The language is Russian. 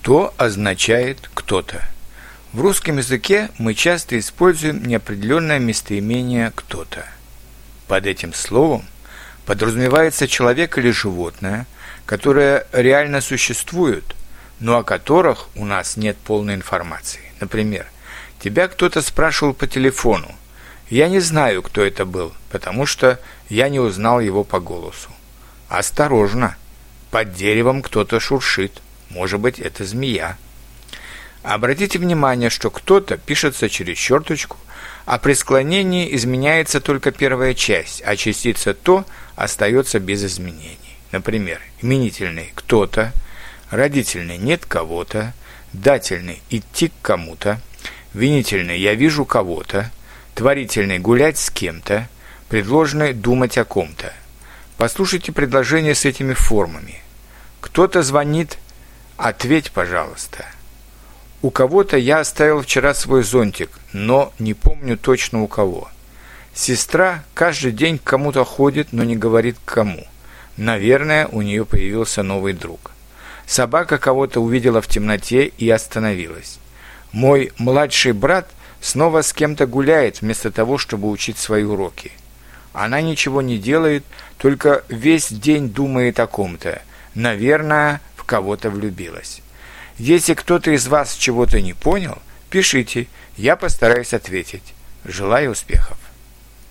Что означает «кто-то»? В русском языке мы часто используем неопределенное местоимение «кто-то». Под этим словом подразумевается человек или животное, которое реально существует, но о которых у нас нет полной информации. Например, тебя кто-то спрашивал по телефону. Я не знаю, кто это был, потому что я не узнал его по голосу. Осторожно! Под деревом кто-то шуршит. Может быть, это змея. Обратите внимание, что «кто-то» пишется через черточку, а при склонении изменяется только первая часть, а частица «то» остается без изменений. Например, именительный «кто-то», родительный «нет кого-то», дательный «идти к кому-то», винительный «я вижу кого-то», творительный «гулять с кем-то», предложенный «думать о ком-то». Послушайте предложения с этими формами. Кто-то звонит, ответь, пожалуйста. У кого-то я оставил вчера свой зонтик, но не помню точно у кого. Сестра каждый день к кому-то ходит, но не говорит к кому. Наверное, у нее появился новый друг. Собака кого-то увидела в темноте и остановилась. Мой младший брат снова с кем-то гуляет, вместо того, чтобы учить свои уроки. Она ничего не делает, только весь день думает о ком-то. Наверное, в кого-то влюбилась. Если кто-то из вас чего-то не понял, пишите, я постараюсь ответить. Желаю успехов!